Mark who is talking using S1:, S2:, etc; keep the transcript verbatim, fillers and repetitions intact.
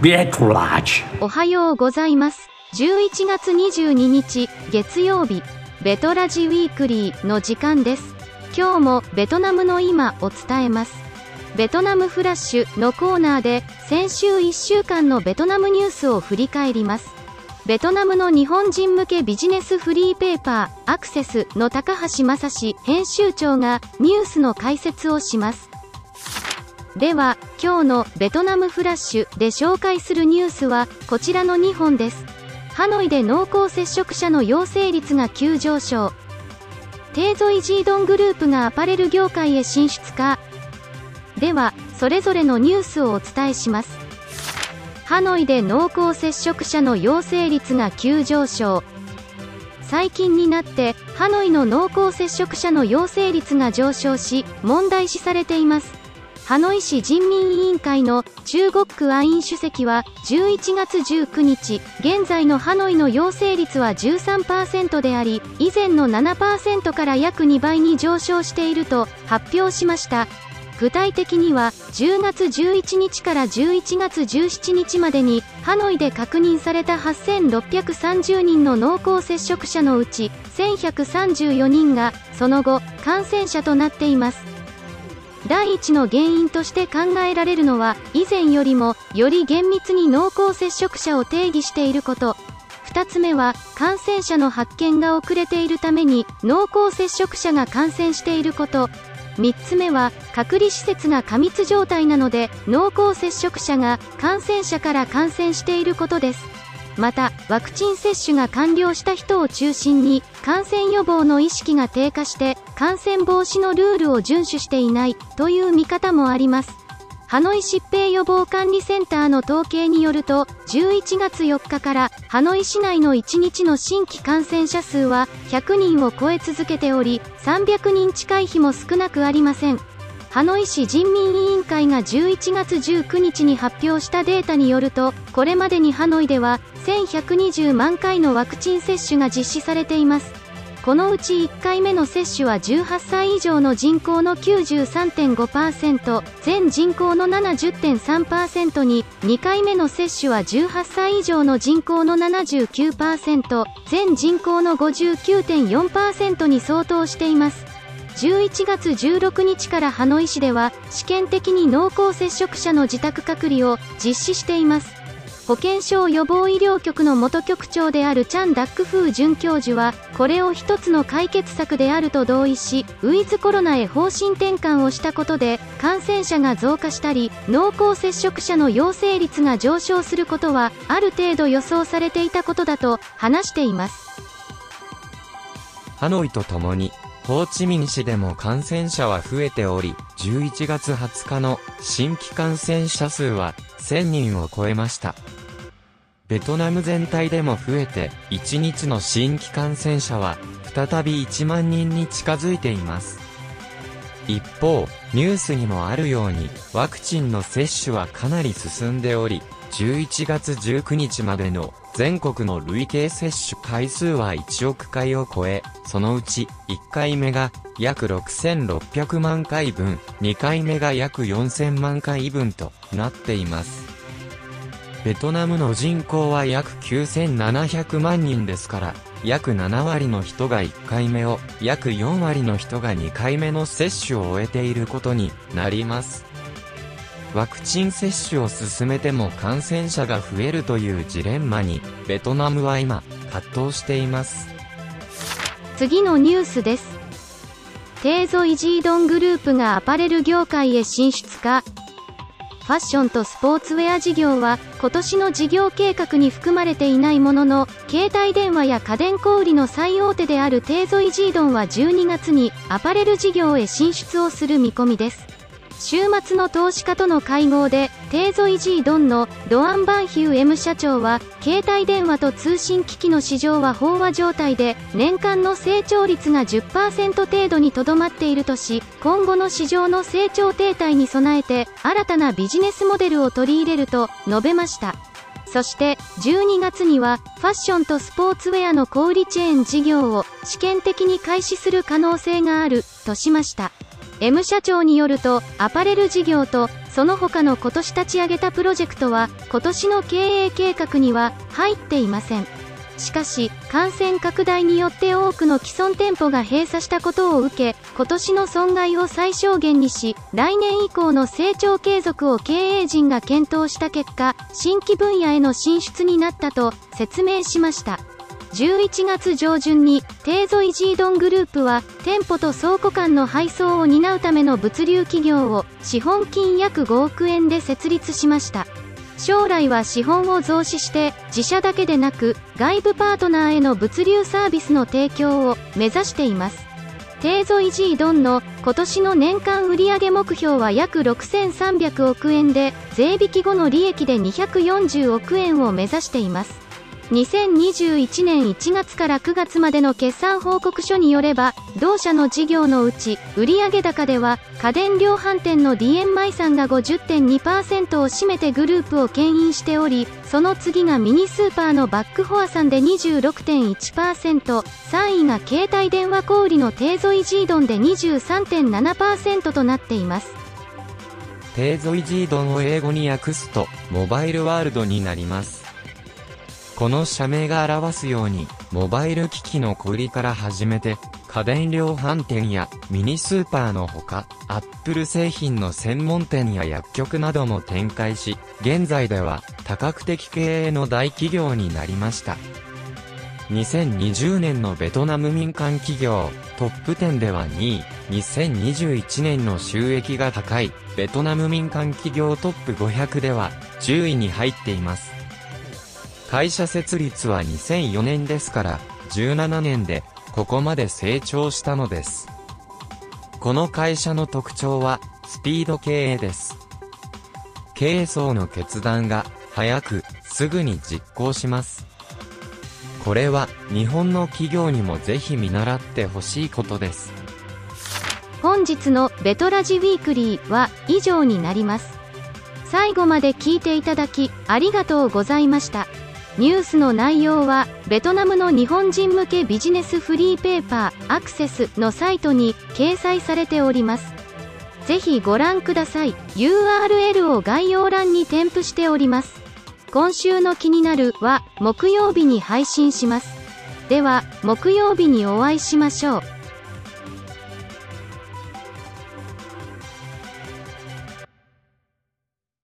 S1: おはようございます。じゅういちがつにじゅうににち月曜日、ベトラジウィークリーの時間です。今日もベトナムの今を伝えます。ベトナムフラッシュのコーナーで先週いっしゅうかんのベトナムニュースを振り返ります。ベトナムの日本人向けビジネスフリーペーパーアクセスの高橋正史編集長がニュースの解説をします。では今日のベトナムフラッシュで紹介するニュースはこちらのにほんです。ハノイで濃厚接触者の陽性率が急上昇。テーゾイジードングループがアパレル業界へ進出か。ではそれぞれのニュースをお伝えします。ハノイで濃厚接触者の陽性率が急上昇。最近になってハノイの濃厚接触者の陽性率が上昇し問題視されています。ハノイ市人民委員会の中国区アイン主席はじゅういちがつじゅうくにち、現在のハノイの陽性率は じゅうさんパーセント であり、以前の ななパーセント から約にばいに上昇していると発表しました。具体的にはじゅうがつじゅういちにちからじゅういちがつじゅうしちにちまでにハノイで確認されたはっせんろっぴゃくさんじゅうにんの濃厚接触者のうちせんひゃくさんじゅうよにんがその後感染者となっています。第一の原因として考えられるのは以前よりもより厳密に濃厚接触者を定義していること。ふたつめは感染者の発見が遅れているために濃厚接触者が感染していること。みっつめは隔離施設が過密状態なので濃厚接触者が感染者から感染していることです。またワクチン接種が完了した人を中心に感染予防の意識が低下して感染防止のルールを遵守していないという見方もあります。ハノイ疾病予防管理センターの統計によるとじゅういちがつよっかからハノイ市内のいちにちの新規感染者数はひゃくにんを超え続けており、さんびゃくにん近い日も少なくありません。ハノイ市人民委員会がじゅういちがつじゅうくにちに発表したデータによると、これまでにハノイではせんひゃくにじゅうまんかいのワクチン接種が実施されています。このうちいっかいめの接種はじゅうはっさい以上の人口の きゅうじゅうさんてんごパーセント、全人口の ななじゅってんさんパーセント に、にかいめの接種はじゅうはっさい以上の人口の ななじゅうきゅうパーセント、全人口の ごじゅうきゅうてんよんパーセント に相当しています。じゅういちがつじゅうろくにちからハノイ市では試験的に濃厚接触者の自宅隔離を実施しています。保健省予防医療局の元局長であるチャン・ダックフー准教授はこれを一つの解決策であると同意し、ウィズコロナへ方針転換をしたことで感染者が増加したり濃厚接触者の陽性率が上昇することはある程度予想されていたことだと話しています。
S2: ハノイとともにホーチミン市でも感染者は増えており、じゅういちがつはつかの新規感染者数はせんにんを超えました。ベトナム全体でも増えて、いちにちの新規感染者は再びいちまんにんに近づいています。一方、ニュースにもあるように、ワクチンの接種はかなり進んでおり、じゅういちがつじゅうくにちまでの全国の累計接種回数はいちおくかいを超え、そのうちいっかいめが約ろくせんろっぴゃくまんかいぶん、にかいめが約よんせんまんかいぶんとなっています。ベトナムの人口は約きゅうせんななひゃくまんにんですから、約ななわりの人がいっかいめを、約よんわりの人がにかいめの接種を終えていることになります。ワクチン接種を進めても感染者が増えるというジレンマに、ベトナムは今、葛藤しています。
S1: 次のニュースです。テーゾイジードングループがアパレル業界へ進出か。ファッションとスポーツウェア事業は今年の事業計画に含まれていないものの、携帯電話や家電小売の最大手であるテーゾイジードンはじゅうにがつにアパレル事業へ進出をする見込みです。週末の投資家との会合でテーゾイジードンのドアン・バンヒュー M 社長は、携帯電話と通信機器の市場は飽和状態で年間の成長率が じゅっパーセント 程度にとどまっているとし、今後の市場の成長停滞に備えて新たなビジネスモデルを取り入れると述べました。そしてじゅうにがつにはファッションとスポーツウェアの小売チェーン事業を試験的に開始する可能性があるとしました。M 社長によると、アパレル事業とその他の今年立ち上げたプロジェクトは今年の経営計画には入っていません。しかし感染拡大によって多くの既存店舗が閉鎖したことを受け、今年の損害を最小限にし、来年以降の成長継続を経営陣が検討した結果、新規分野への進出になったと説明しました。じゅういちがつ上旬にテーゾイジードングループは店舗と倉庫間の配送を担うための物流企業を資本金約ごおくえんで設立しました。将来は資本を増資して自社だけでなく外部パートナーへの物流サービスの提供を目指しています。テーゾイジードンの今年の年間売上目標は約ろくせんさんびゃくおくえんで、税引き後の利益でにひゃくよんじゅうおくえんを目指しています。にせんにじゅういちねんいちがつからくがつまでの決算報告書によれば、同社の事業のうち売上高では家電量販店のディエンマイさんが ごじゅってんにパーセント を占めてグループを牽引しており、その次がミニスーパーのバックフォアさんで にじゅうろくてんいちパーセント、さんいが携帯電話小売のテーゾイジードンで にじゅうさんてんななパーセント となっています。
S2: テーゾイジードンを英語に訳すとモバイルワールドになります。この社名が表すように、モバイル機器の小売りから始めて、家電量販店やミニスーパーのほか、アップル製品の専門店や薬局なども展開し、現在では多角的経営の大企業になりました。にせんにじゅうねんのベトナム民間企業トップじゅうではにい、にせんにじゅういちねんの収益が高いベトナム民間企業トップごひゃくではじゅういに入っています。会社設立はにせんよねんですからじゅうななねんでここまで成長したのです。この会社の特徴はスピード経営です。経営層の決断が早くすぐに実行します。これは日本の企業にもぜひ見習ってほしいことです。
S1: 本日のベトラジウィークリーは以上になります。最後まで聞いていただきありがとうございました。ニュースの内容はベトナムの日本人向けビジネスフリーペーパーアクセスのサイトに掲載されております。ぜひご覧ください。ユーアールエル を概要欄に添付しております。今週の気になるは木曜日に配信します。では木曜日にお会いしましょう。